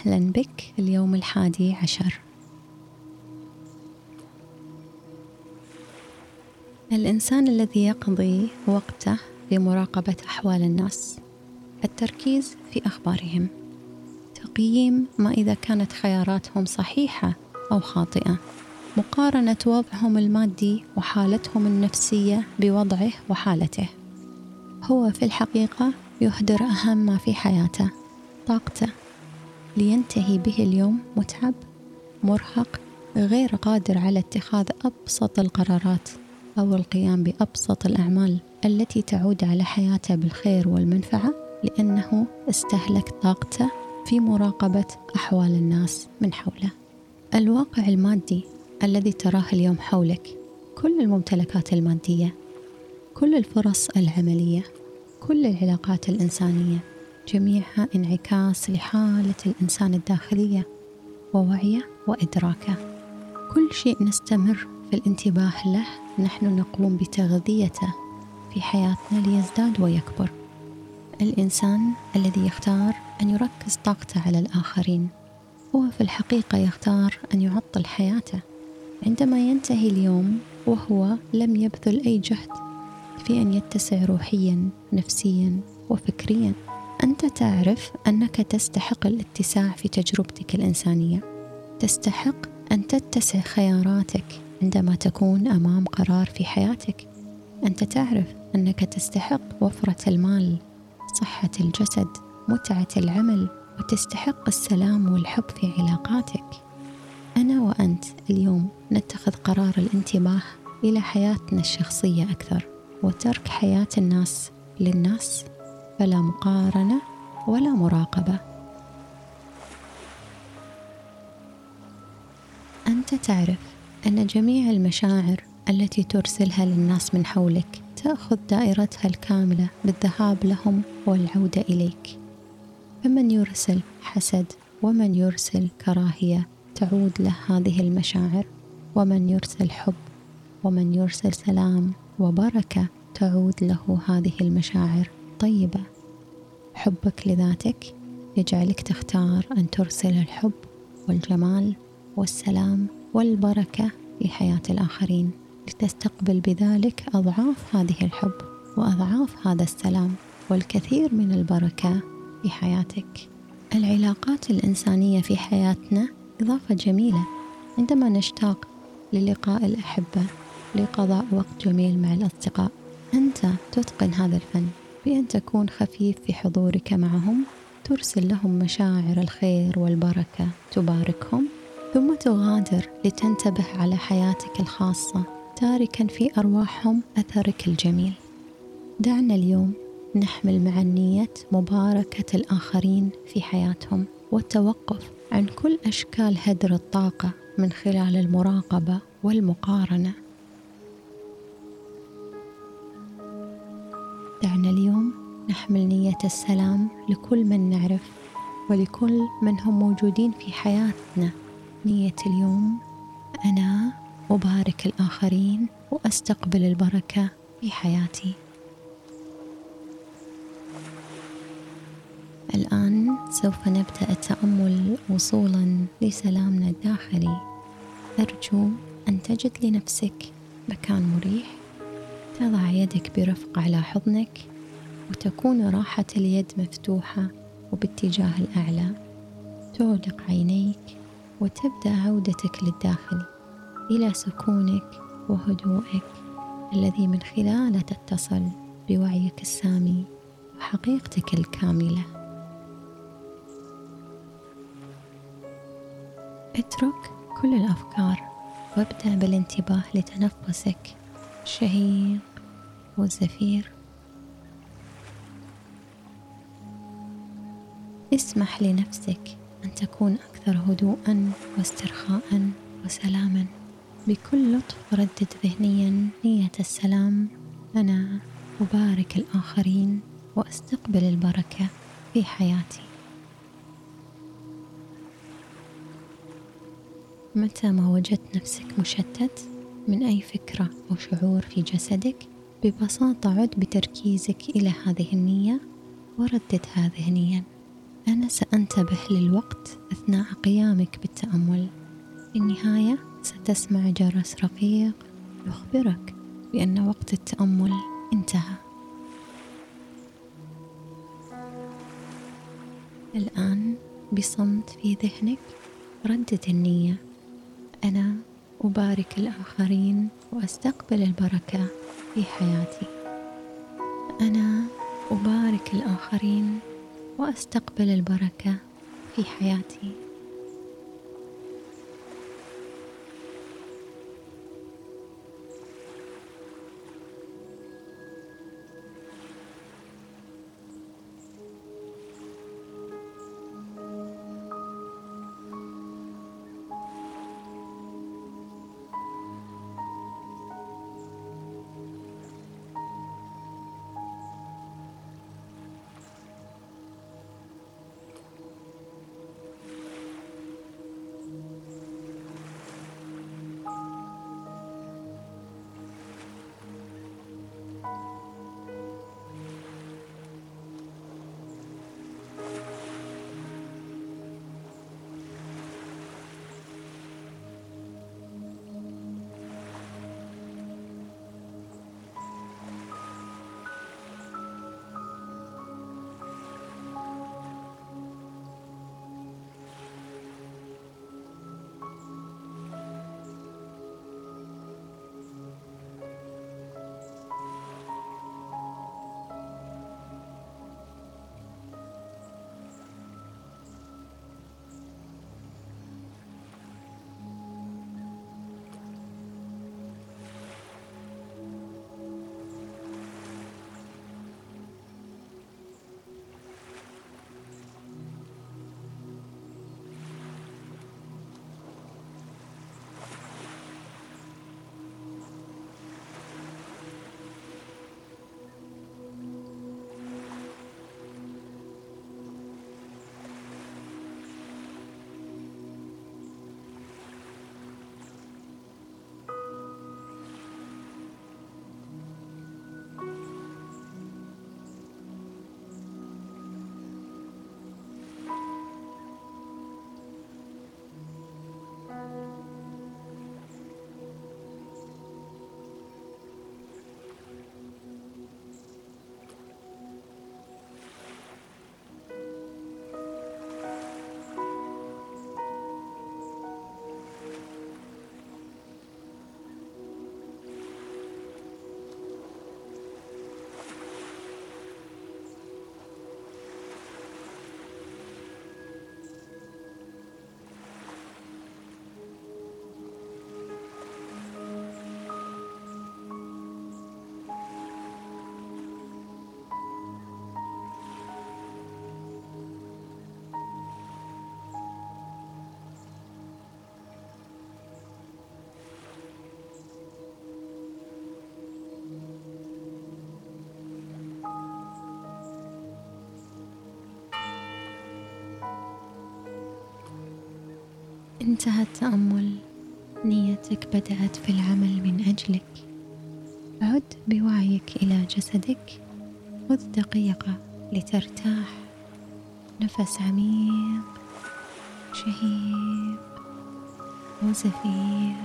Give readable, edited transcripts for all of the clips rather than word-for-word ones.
أهلا بك في اليوم 11. الإنسان الذي يقضي وقته في مراقبة أحوال الناس، التركيز في أخبارهم، تقييم ما إذا كانت خياراتهم صحيحة أو خاطئة، مقارنة وضعهم المادي وحالتهم النفسية بوضعه وحالته. هو في الحقيقة يهدر أهم ما في حياته، طاقته، لينتهي به اليوم متعب، مرهق، غير قادر على اتخاذ أبسط القرارات أو القيام بأبسط الأعمال التي تعود على حياته بالخير والمنفعة، لأنه استهلك طاقته في مراقبة أحوال الناس من حوله. الواقع المادي الذي تراه اليوم حولك، كل الممتلكات المادية، كل الفرص العملية، كل العلاقات الإنسانية، جميعها انعكاس لحالة الإنسان الداخلية ووعيه وإدراكه. كل شيء نستمر في الانتباه له نحن نقوم بتغذيته في حياتنا ليزداد ويكبر. الإنسان الذي يختار أن يركز طاقته على الآخرين هو في الحقيقة يختار أن يعطل حياته. عندما ينتهي اليوم وهو لم يبذل أي جهد في أن يتسع روحيا، نفسيا وفكريا، أنت تعرف أنك تستحق الاتساع في تجربتك الإنسانية، تستحق أن تتسع خياراتك عندما تكون أمام قرار في حياتك. أنت تعرف أنك تستحق وفرة المال، صحة الجسد، متعة العمل، وتستحق السلام والحب في علاقاتك. أنا وأنت اليوم نتخذ قرار الانتباه إلى حياتنا الشخصية أكثر، وترك حياة الناس للناس، فلا مقارنة ولا مراقبة. أنت تعرف أن جميع المشاعر التي ترسلها للناس من حولك تأخذ دائرتها الكاملة بالذهاب لهم والعودة إليك. فمن يرسل حسد ومن يرسل كراهية تعود له هذه المشاعر، ومن يرسل حب ومن يرسل سلام وبركة تعود له هذه المشاعر طيبة. حبك لذاتك يجعلك تختار أن ترسل الحب والجمال والسلام والبركة لحياة الآخرين، لتستقبل بذلك أضعاف هذه الحب وأضعاف هذا السلام والكثير من البركة في حياتك. العلاقات الإنسانية في حياتنا إضافة جميلة. عندما نشتاق للقاء الأحبة، لقضاء وقت جميل مع الأصدقاء، أنت تتقن هذا الفن بأن تكون خفيف في حضورك معهم، ترسل لهم مشاعر الخير والبركة، تباركهم، ثم تغادر لتنتبه على حياتك الخاصة، تاركا في أرواحهم أثرك الجميل. دعنا اليوم نحمل مع النية مباركة الآخرين في حياتهم، والتوقف عن كل أشكال هدر الطاقة من خلال المراقبة والمقارنة. دعنا اليوم نحمل نية السلام لكل من نعرف ولكل من هم موجودين في حياتنا. نية اليوم: أنا أبارك الآخرين وأستقبل البركة في حياتي. الآن سوف نبدأ التأمل وصولا لسلامنا الداخلي. أرجو أن تجد لنفسك مكان مريح، تضع يدك برفق على حضنك، وتكون راحة اليد مفتوحة وباتجاه الأعلى. تغلق عينيك وتبدأ عودتك للداخل إلى سكونك وهدوءك الذي من خلاله تتصل بوعيك السامي وحقيقتك الكاملة. اترك كل الأفكار وابدأ بالانتباه لتنفسك الشهيق والزفير. اسمح لنفسك أن تكون أكثر هدوءا واسترخاء وسلاما. بكل لطف ردد ذهنيا نية السلام: أنا أبارك الآخرين وأستقبل البركة في حياتي. متى ما وجدت نفسك مشتت من أي فكرة أو شعور في جسدك، ببساطة عد بتركيزك إلى هذه النية ورددها ذهنيا: أنا سأنتبه للوقت أثناء قيامك بالتأمل. في النهاية ستسمع جرس رقيق يخبرك بأن وقت التأمل انتهى. الآن بصمت في ذهنك ردد النية: أنا أبارك الآخرين وأستقبل البركة في حياتي. أنا أبارك الآخرين وأستقبل البركة في حياتي. انتهى التأمل. نيتك بدأت في العمل من أجلك. عد بوعيك إلى جسدك. خذ دقيقة لترتاح. نفس عميق، شهيق وزفير.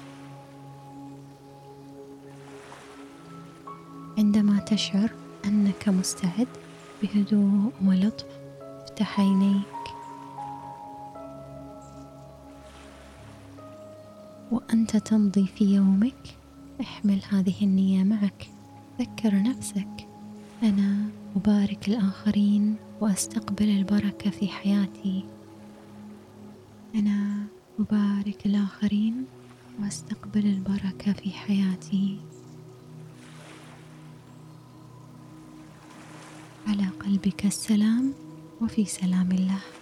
عندما تشعر أنك مستعد بهدوء ولطف افتح عينيك. وأنت تمضي في يومك احمل هذه النية معك. ذكر نفسك: أنا أبارك الآخرين وأستقبل البركة في حياتي. أنا أبارك الآخرين وأستقبل البركة في حياتي. على قلبك السلام وفي سلام الله.